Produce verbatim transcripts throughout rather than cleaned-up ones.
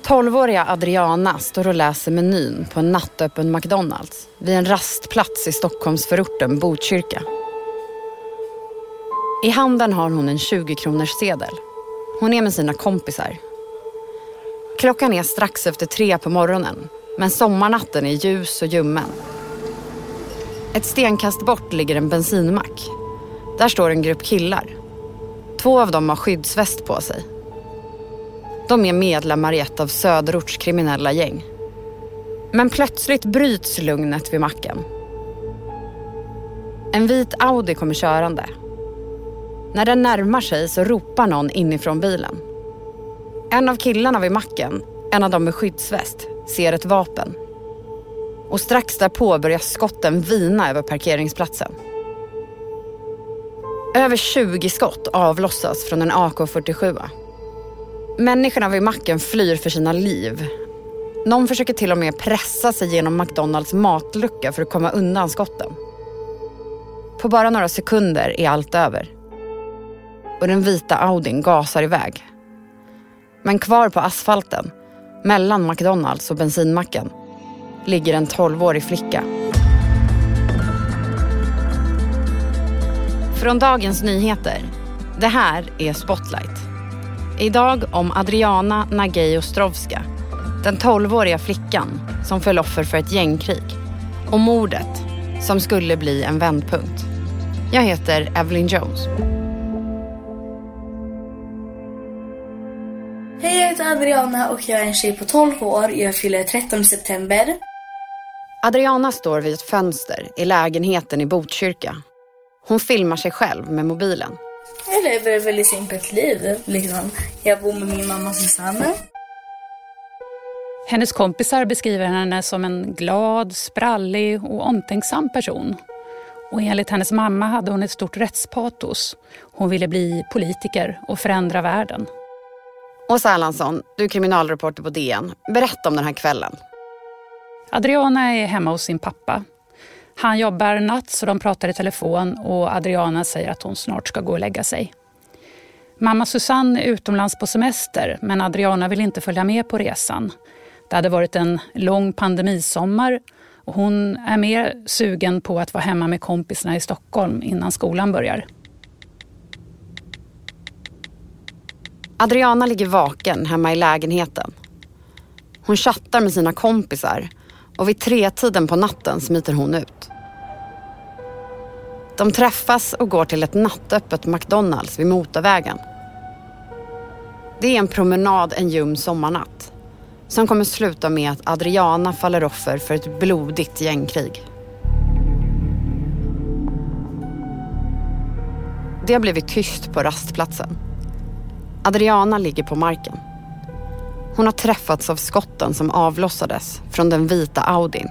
tolvåriga Adriana står och läser menyn på en nattöppen McDonalds vid en rastplats i Stockholmsförorten Botkyrka. I handen har hon en tjugo kronors sedel. Hon är med sina kompisar. Klockan är strax efter tre på morgonen, men sommarnatten är ljus och ljummen. Ett stenkast bort ligger en bensinmack. Där står en grupp killar. Två av dem har skyddsväst på sig. De är medlemmar i ett av söderorts kriminella gäng. Men plötsligt bryts lugnet vid macken. En vit Audi kommer körande. När den närmar sig så ropar någon inifrån bilen. En av killarna vid macken, en av dem med skyddsväst, ser ett vapen. Och strax därpå börjar skotten vina över parkeringsplatsen. Över tjugo skott avlossas från en A K fyrtiosju. Människorna vid macken flyr för sina liv. Någon försöker till och med pressa sig genom McDonalds matlucka för att komma undan skotten. På bara några sekunder är allt över. Och den vita Audin gasar iväg. Men kvar på asfalten, mellan McDonalds och bensinmacken, ligger en tolvårig flicka. Från dagens nyheter. Det här är Spotlight. Idag om Adriana Nagej-Ostrovska, den tolvåriga flickan som föll offer för ett gängkrig. Och mordet som skulle bli en vändpunkt. Jag heter Evelyn Jones. Hej, jag heter Adriana och jag är en tjej på tolv år. Jag fyller trettonde september. Adriana står vid ett fönster i lägenheten i Botkyrka. Hon filmar sig själv med mobilen. Jag lever ett väldigt simpelt liv. Liksom. Jag bor med min mamma Susanne. Hennes kompisar beskriver henne som en glad, sprallig och omtänksam person. Och enligt hennes mamma hade hon ett stort rättspatos. Hon ville bli politiker och förändra världen. Åsa Erlandsson, du är kriminalreporter på D N. Berätta om den här kvällen. Adriana är hemma hos sin pappa. Han jobbar natt så de pratar i telefon och Adriana säger att hon snart ska gå och lägga sig. Mamma Susanne är utomlands på semester men Adriana vill inte följa med på resan. Det hade varit en lång pandemisommar och hon är mer sugen på att vara hemma med kompisarna i Stockholm innan skolan börjar. Adriana ligger vaken hemma i lägenheten. Hon chattar med sina kompisar och vid tretiden på natten smiter hon ut. De träffas och går till ett nattöppet McDonalds vid motorvägen. Det är en promenad en ljum sommarnatt som kommer sluta med att Adriana faller offer för ett blodigt gängkrig. Det har blivit tyst på rastplatsen. Adriana ligger på marken. Hon har träffats av skotten som avlossades från den vita Audin.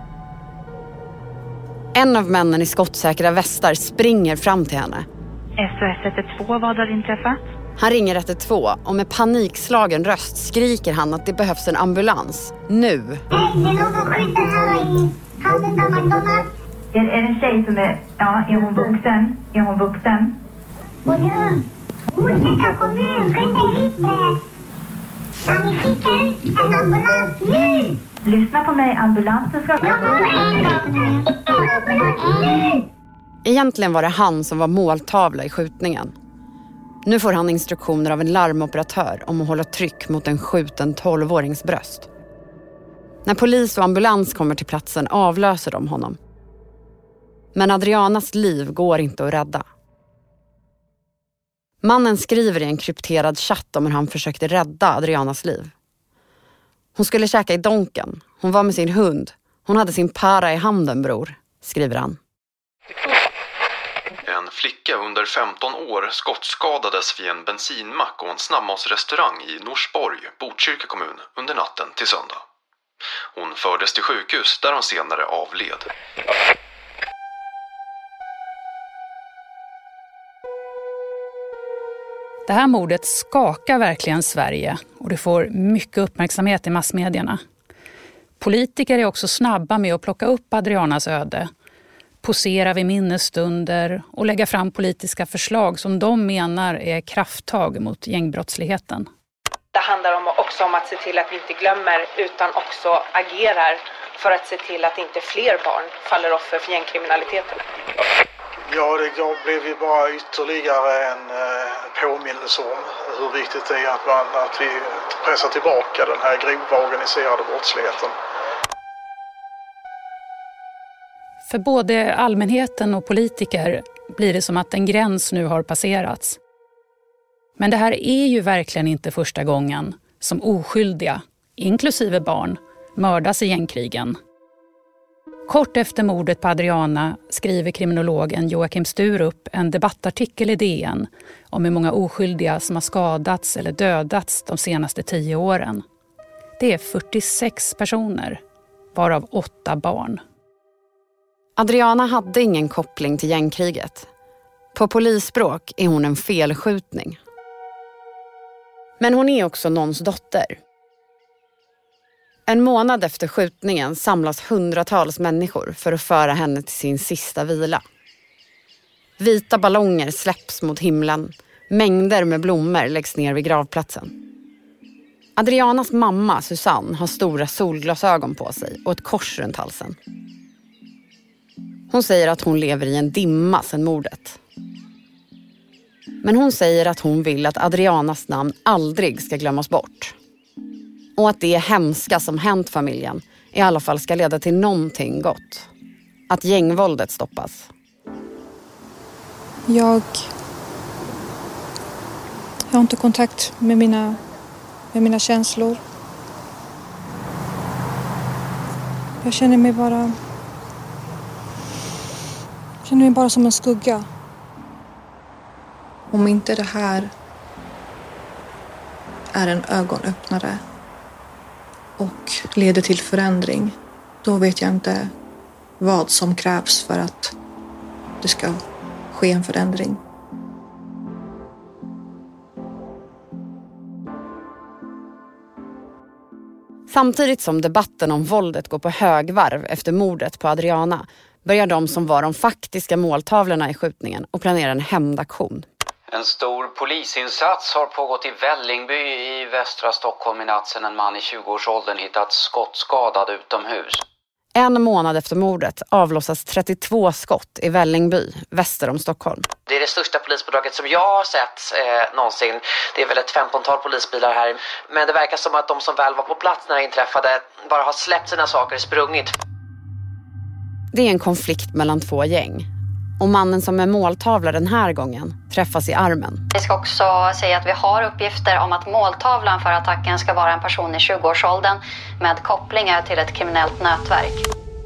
En av männen i skottsäkra västar springer fram till henne. S O S ett ett två, vad har inträffat? Han ringer ett ett två och med panikslagen röst skriker han att det behövs en ambulans. Nu! Hej, det är någon som skjuter här i handen av McDonalds. Är, är det en tjej som är... Ja, är hon vuxen? Är hon vuxen? Och ja, olika kommun, skicka hit med. Kan ni skicka ut en ambulans nu? Lyssna på mig, ambulansen ska... Jag har en ambulans nu! Egentligen var det han som var måltavla i skjutningen. Nu får han instruktioner av en larmoperatör om att hålla tryck mot en skjuten tolvårings bröst. När polis och ambulans kommer till platsen avlöser de honom. Men Adrianas liv går inte att rädda. Mannen skriver i en krypterad chatt om hur han försökte rädda Adrianas liv. Hon skulle käka i donken. Hon var med sin hund. Hon hade sin para i handen, bror, skriver han. En flicka under femton år skottskadades vid en bensinmack och en snabbmatsrestaurang i Norsborg, Botkyrka kommun, under natten till söndag. Hon fördes till sjukhus där hon senare avled. Det här mordet skakar verkligen Sverige och det får mycket uppmärksamhet i massmedierna. Politiker är också snabba med att plocka upp Adrianas öde, posera vid minnesstunder och lägga fram politiska förslag som de menar är krafttag mot gängbrottsligheten. Det handlar om också om att se till att vi inte glömmer utan också agerar för att se till att inte fler barn faller offer för gängkriminaliteten. Ja, det blev ju bara ytterligare en eh, påminnelse om hur viktigt det är att, man, att vi pressar tillbaka den här grova organiserade brottsligheten. För både allmänheten och politiker blir det som att en gräns nu har passerats. Men det här är ju verkligen inte första gången som oskyldiga, inklusive barn, mördas i gängkrigen. Kort efter mordet på Adriana skriver kriminologen Joakim Sturup en debattartikel i D N om hur många oskyldiga som har skadats eller dödats de senaste tio åren. Det är fyrtiosex personer, varav åtta barn. Adriana hade ingen koppling till gängkriget. På polisspråk är hon en felskjutning. Men hon är också någons dotter. En månad efter skjutningen samlas hundratals människor för att föra henne till sin sista vila. Vita ballonger släpps mot himlen. Mängder med blommor läggs ner vid gravplatsen. Adrianas mamma, Susanne, har stora solglasögon på sig och ett kors runt halsen. Hon säger att hon lever i en dimma sedan mordet. Men hon säger att hon vill att Adrianas namn aldrig ska glömmas bort. Och att det hemska som hänt familjen i alla fall ska leda till någonting gott. Att gängvåldet stoppas. Jag, jag har inte kontakt med mina, med mina känslor. Jag känner mig bara... Jag känner mig bara som en skugga. Om inte det här är en ögonöppnare och leder till förändring, då vet jag inte vad som krävs för att det ska ske en förändring. Samtidigt som debatten om våldet går på högvarv efter mordet på Adriana börjar de som var de faktiska måltavlorna i skjutningen och planera en hämndaktion. En stor polisinsats har pågått i Vällingby i västra Stockholm i natt sedan en man i tjugoårsåldern hittats skottskadad utomhus. En månad efter mordet avlossas trettiotvå skott i Vällingby, väster om Stockholm. Det är det största polispådraget som jag har sett eh, någonsin. Det är väl ett femtontal polisbilar här. Men det verkar som att de som väl var på plats när det inträffade bara har släppt sina saker och sprungit. Det är en konflikt mellan två gäng. Och mannen som är måltavla den här gången träffas i armen. Vi ska också säga att vi har uppgifter om att måltavlan för attacken ska vara en person i tjugoårsåldern med kopplingar till ett kriminellt nätverk.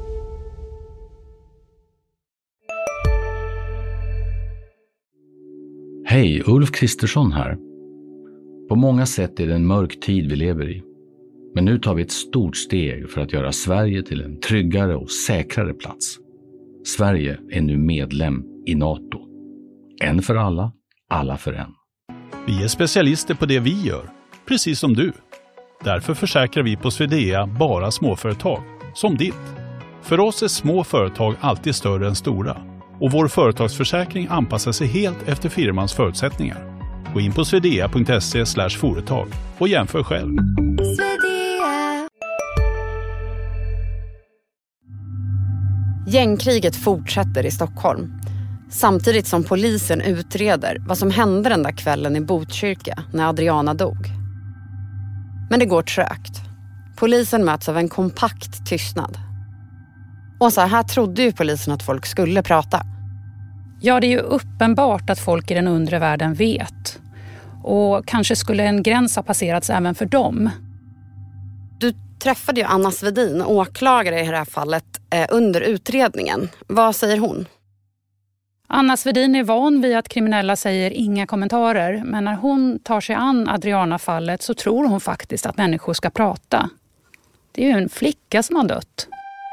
Hej, Ulf Kristersson här. På många sätt är det en mörk tid vi lever i. Men nu tar vi ett stort steg för att göra Sverige till en tryggare och säkrare plats. Sverige är nu medlem i NATO. En för alla, alla för en. Vi är specialister på det vi gör, precis som du. Därför försäkrar vi på Swedea bara småföretag, som ditt. För oss är små företag alltid större än stora. Och vår företagsförsäkring anpassar sig helt efter firmans förutsättningar. Gå in på swedea punkt se slash företag och jämför själv. Gängkriget fortsätter i Stockholm. Samtidigt som polisen utreder vad som hände den där kvällen i Botkyrka när Adriana dog. Men det går trögt. Polisen möts av en kompakt tystnad. Och så här trodde ju polisen att folk skulle prata. Ja, det är ju uppenbart att folk i den undre världen vet. Och kanske skulle en gräns ha passerats även för dem. Du träffade ju Anna Svedin, åklagare i det här fallet, eh, under utredningen. Vad säger hon? Anna Svedin är van vid att kriminella säger inga kommentarer. Men när hon tar sig an Adriana-fallet så tror hon faktiskt att människor ska prata. Det är ju en flicka som har dött.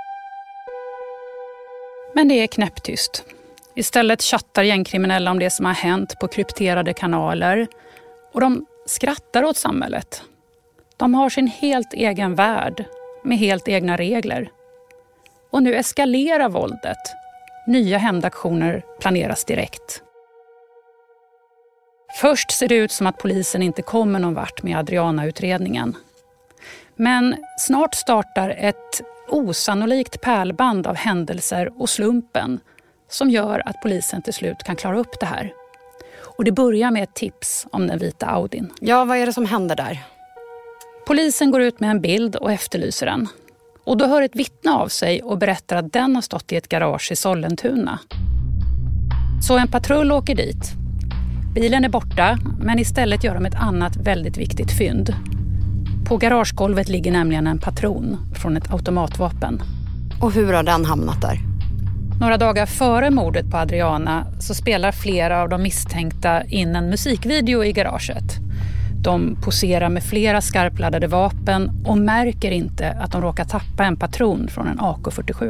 Men det är knäpptyst. Istället chattar gängkriminella om det som har hänt på krypterade kanaler. Och de skrattar åt samhället. De har sin helt egen värld med helt egna regler. Och nu eskalerar våldet. Nya hämndaktioner planeras direkt. Först ser det ut som att polisen inte kommer någon vart med Adriana-utredningen. Men snart startar ett osannolikt pärlband av händelser och slumpen som gör att polisen till slut kan klara upp det här. Och det börjar med ett tips om den vita Audin. Ja, vad är det som händer där? Polisen går ut med en bild och efterlyser den. Och då hör ett vittne av sig och berättar att den har stått i ett garage i Sollentuna. Så en patrull åker dit. Bilen är borta, men istället gör de ett annat väldigt viktigt fynd. På garagegolvet ligger nämligen en patron från ett automatvapen. Och hur har den hamnat där? Några dagar före mordet på Adriana så spelar flera av de misstänkta in en musikvideo i garaget. De poserar med flera skarpladdade vapen och märker inte att de råkar tappa en patron från en A K fyrtiosju.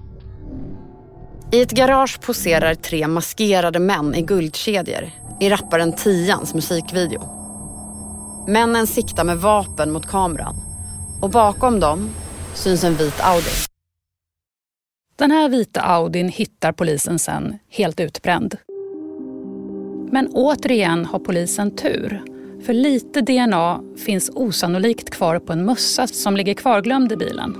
I ett garage poserar tre maskerade män i guldkedjor i rapparen Tians musikvideo. Männen siktar med vapen mot kameran och bakom dem syns en vit Audi. Den här vita Audin hittar polisen sen helt utbränd. Men återigen har polisen tur. För lite D N A finns osannolikt kvar på en mössa som ligger kvarglömd i bilen.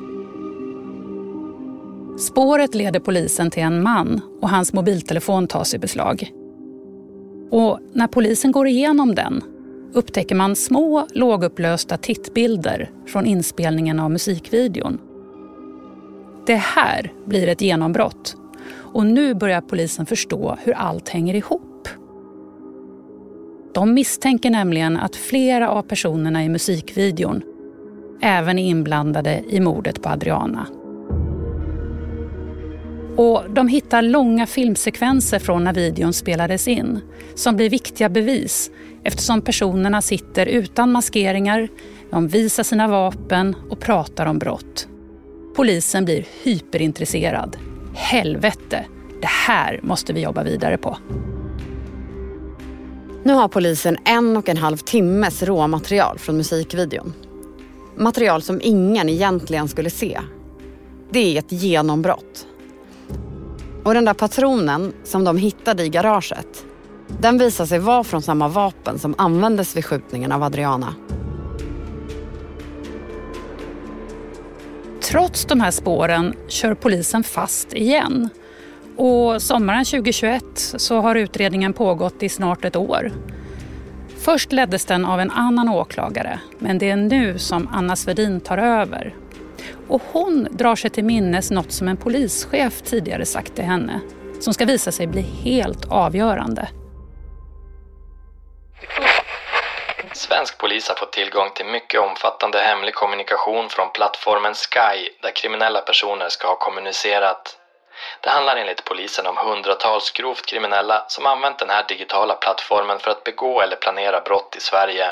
Spåret leder polisen till en man och hans mobiltelefon tas i beslag. Och när polisen går igenom den upptäcker man små lågupplösta tittbilder från inspelningen av musikvideon. Det här blir ett genombrott och nu börjar polisen förstå hur allt hänger ihop. De misstänker nämligen att flera av personerna i musikvideon även är inblandade i mordet på Adriana. Och de hittar långa filmsekvenser från när videon spelades in som blir viktiga bevis eftersom personerna sitter utan maskeringar, de visar sina vapen och pratar om brott. Polisen blir hyperintresserad. Helvete, det här måste vi jobba vidare på. Nu har polisen en och en halv timmes råmaterial från musikvideon. Material som ingen egentligen skulle se. Det är ett genombrott. Och den där patronen som de hittade i garaget, den visar sig vara från samma vapen som användes vid skjutningen av Adriana. Trots de här spåren kör polisen fast igen. Och sommaren tjugohundratjugoett så har utredningen pågått i snart ett år. Först leddes den av en annan åklagare, men det är nu som Anna Svedin tar över. Och hon drar sig till minnes något som en polischef tidigare sagt till henne, som ska visa sig bli helt avgörande. Svensk polis har fått tillgång till mycket omfattande hemlig kommunikation från plattformen Sky där kriminella personer ska ha kommunicerat. Det handlar enligt polisen om hundratals grovt kriminella som använt den här digitala plattformen för att begå eller planera brott i Sverige.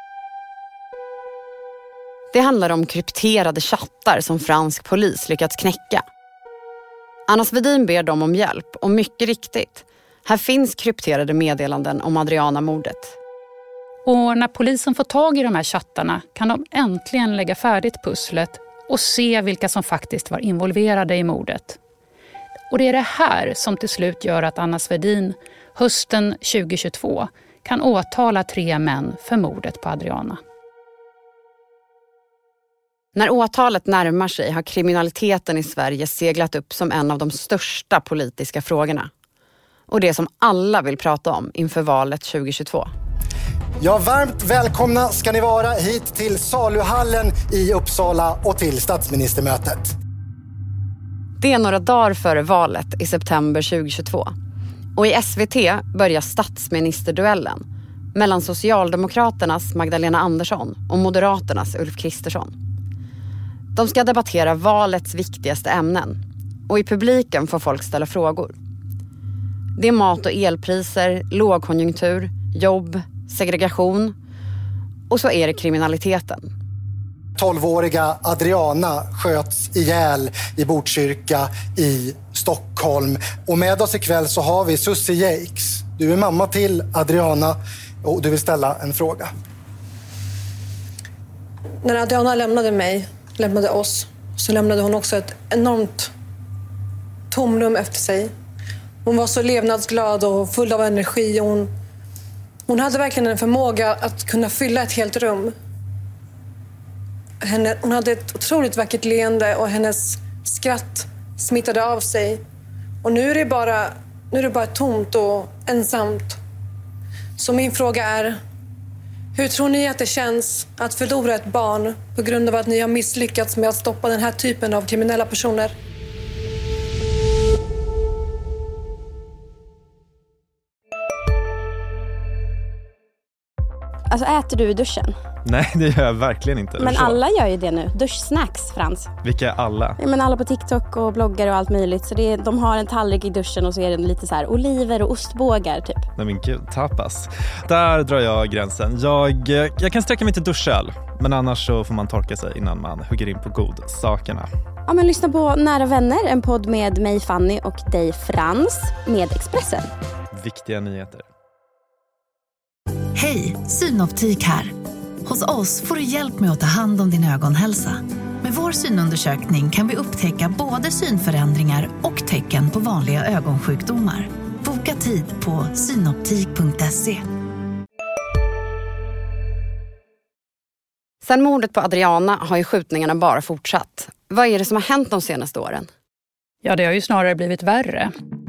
Det handlar om krypterade chattar som fransk polis lyckats knäcka. Anna Svedin ber dem om hjälp och mycket riktigt, här finns krypterade meddelanden om Adriana-mordet. Och när polisen får tag i de här chattarna kan de äntligen lägga färdigt pusslet och se vilka som faktiskt var involverade i mordet. Och det är det här som till slut gör att Anna Svedin hösten tjugohundratjugotvå kan åtala tre män för mordet på Adriana. När åtalet närmar sig har kriminaliteten i Sverige seglat upp som en av de största politiska frågorna. Och det som alla vill prata om inför valet tjugohundratjugotvå. Ja, varmt välkomna ska ni vara hit till Saluhallen i Uppsala och till statsministermötet. Det är några dagar före valet i september tjugohundratjugotvå. Och i S V T börjar statsministerduellen mellan Socialdemokraternas Magdalena Andersson och Moderaternas Ulf Kristersson. De ska debattera valets viktigaste ämnen och i publiken får folk ställa frågor. Det är mat- och elpriser, lågkonjunktur, jobb, segregation och så är det kriminaliteten. tolvåriga Adriana sköts ihjäl i Botkyrka i Stockholm. Och med oss ikväll så har vi Susie Jakes. Du är mamma till Adriana och du vill ställa en fråga. När Adriana lämnade mig, lämnade oss, så lämnade hon också ett enormt tomrum efter sig. Hon var så levnadsglad och full av energi. Hon, Hon hade verkligen en förmåga att kunna fylla ett helt rum. Henne, hon hade ett otroligt vackert leende och hennes skratt smittade av sig. Och nu är det bara, nu är det bara tomt och ensamt. Så min fråga är, hur tror ni att det känns att förlora ett barn på grund av att ni har misslyckats med att stoppa den här typen av kriminella personer? Alltså äter du i duschen? Nej, det gör jag verkligen inte. Men alla gör ju det nu. Duschsnacks, Frans. Vilka är alla? Ja, men alla på TikTok och bloggar och allt möjligt. Så det är, de har en tallrik i duschen och så är det lite så här oliver och ostbågar typ. Nej men gud, tapas. Där drar jag gränsen. Jag, jag kan sträcka mig till duschöl. Men annars så får man torka sig innan man hugger in på god sakerna. Ja, men lyssna på Nära vänner, en podd med mig Fanny och dig Frans med Expressen. Viktiga nyheter. Hej, Synoptik här. Hos oss får du hjälp med att ta hand om din ögonhälsa. Med vår synundersökning kan vi upptäcka både synförändringar och tecken på vanliga ögonsjukdomar. Boka tid på synoptik punkt se. Sen mordet på Adriana har ju skjutningarna bara fortsatt. Vad är det som har hänt de senaste åren? Ja, det har ju snarare blivit värre.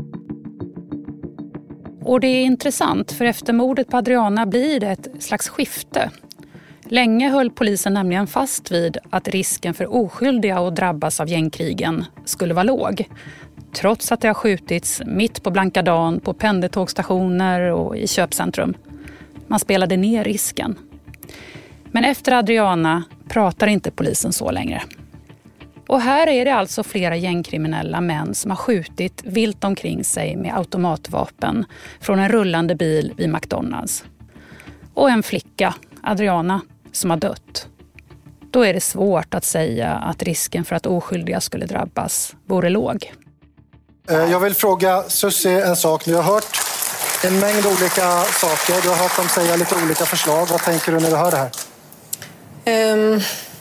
Och det är intressant, för efter mordet på Adriana blir det ett slags skifte. Länge höll polisen nämligen fast vid att risken för oskyldiga att drabbas av gängkrigen skulle vara låg. Trots att det har skjutits mitt på blanka dagen, på pendeltågstationer och i köpcentrum. Man spelade ner risken. Men efter Adriana pratar inte polisen så längre. Och här är det alltså flera gängkriminella män som har skjutit vilt omkring sig med automatvapen från en rullande bil vid McDonalds. Och en flicka, Adriana, som har dött. Då är det svårt att säga att risken för att oskyldiga skulle drabbas vore låg. Jag vill fråga Susie en sak. Nu har hört en mängd olika saker. Du har hört dem säga lite olika förslag. Vad tänker du när du hör det här? Um,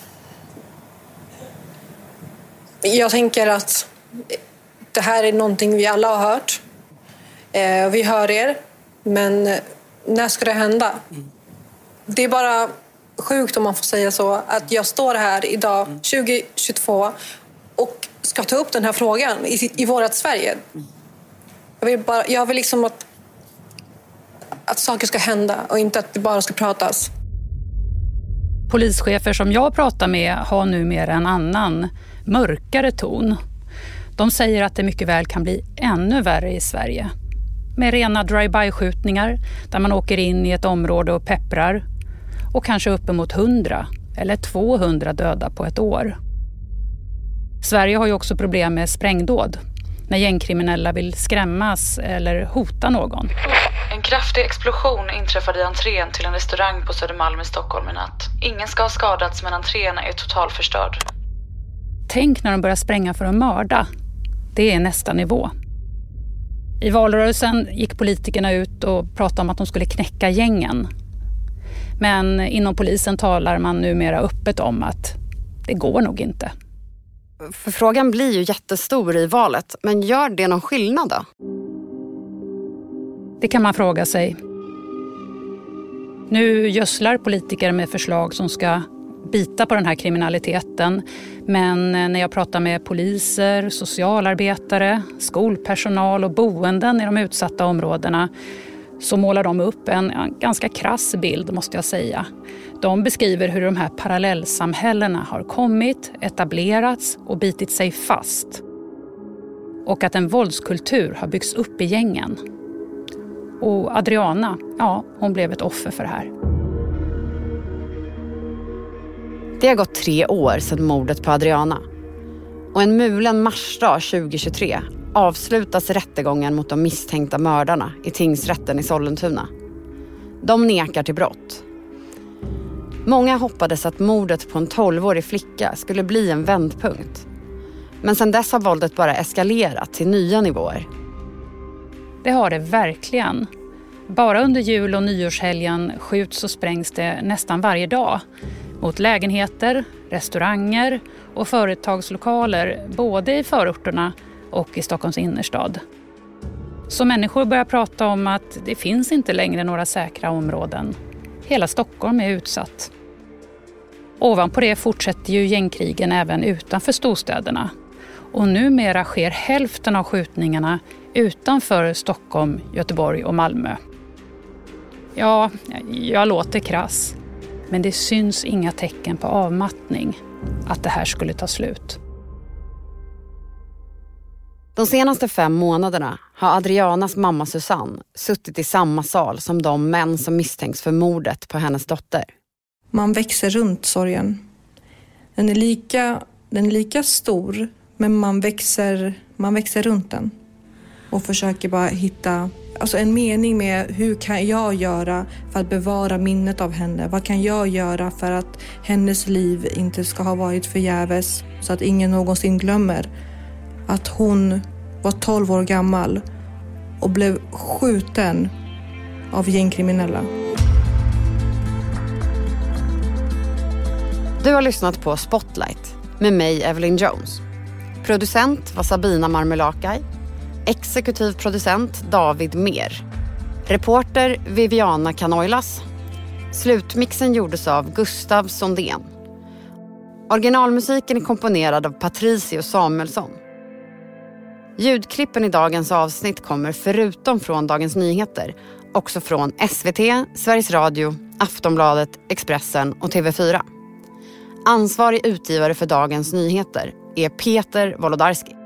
jag tänker att det här är någonting vi alla har hört. Uh, vi hör er, men när ska det hända? Det är bara sjukt, om man får säga så, att jag står här idag tjugo tjugotvå och ska ta upp den här frågan i, i vårat Sverige. Jag vill, bara, jag vill liksom att, att saker ska hända och inte att det bara ska pratas. Polischefer som jag pratar med har numera en annan, mörkare ton. De säger att det mycket väl kan bli ännu värre i Sverige. Med rena drive-by-skjutningar där man åker in i ett område och pepprar. Och kanske uppemot hundra eller tvåhundra döda på ett år. Sverige har ju också problem med sprängdåd. När gängkriminella vill skrämmas eller hota någon. En kraftig explosion inträffade i entrén till en restaurang på Södermalm i Stockholm i natt. Ingen ska ha skadats, men entrén är totalförstörd. Tänk när de börjar spränga för att mörda. Det är nästa nivå. I valrörelsen gick politikerna ut och pratade om att de skulle knäcka gängen. Men inom polisen talar man numera öppet om att det går nog inte. För frågan blir ju jättestor i valet, men gör det någon skillnad då? Det kan man fråga sig. Nu gödslar politiker med förslag som ska bita på den här kriminaliteten. Men när jag pratar med poliser, socialarbetare, skolpersonal och boenden i de utsatta områdena så målar de upp en ganska krass bild, måste jag säga. De beskriver hur de här parallellsamhällena har kommit, etablerats och bitit sig fast. Och att en våldskultur har byggts upp i gängen. Och Adriana, ja, hon blev ett offer för det här. Det har gått tre år sedan mordet på Adriana. Och en mulen marsdag tjugo tjugotre avslutas rättegången mot de misstänkta mördarna i tingsrätten i Sollentuna. De nekar till brott. Många hoppades att mordet på en tolvårig flicka skulle bli en vändpunkt. Men sedan dess har våldet bara eskalerat till nya nivåer. Det har det verkligen. Bara under jul- och nyårshelgen skjuts och sprängs det nästan varje dag. Mot lägenheter, restauranger och företagslokaler både i förorterna och i Stockholms innerstad. Så människor börjar prata om att det finns inte längre några säkra områden. Hela Stockholm är utsatt. Ovanpå det fortsätter ju gängkrigen även utanför storstäderna. Och numera sker hälften av skjutningarna utanför Stockholm, Göteborg och Malmö. Ja, jag låter krass. Men det syns inga tecken på avmattning, att det här skulle ta slut. De senaste fem månaderna har Adrianas mamma Susanne suttit i samma sal som de män som misstänks för mordet på hennes dotter. Man växer runt sorgen. Den är lika, den är lika stor, men man växer, man växer runt den. Och försöker bara hitta alltså en mening med hur kan jag göra för att bevara minnet av henne? Vad kan jag göra för att hennes liv inte ska ha varit förgäves? Så att ingen någonsin glömmer att hon var tolv år gammal och blev skjuten av gängkriminella. Du har lyssnat på Spotlight med mig, Evelyn Jones. Producent var Sabina Marmelakai. Exekutiv producent David Mer. Reporter Viviana Canoilas. Slutmixen gjordes av Gustav Sondén. Originalmusiken är komponerad av Patricio Samuelsson. Ljudklippen i dagens avsnitt kommer förutom från Dagens Nyheter också från S V T, Sveriges Radio, Aftonbladet, Expressen och T V fyra. Ansvarig utgivare för Dagens Nyheter är Peter Wolodarski.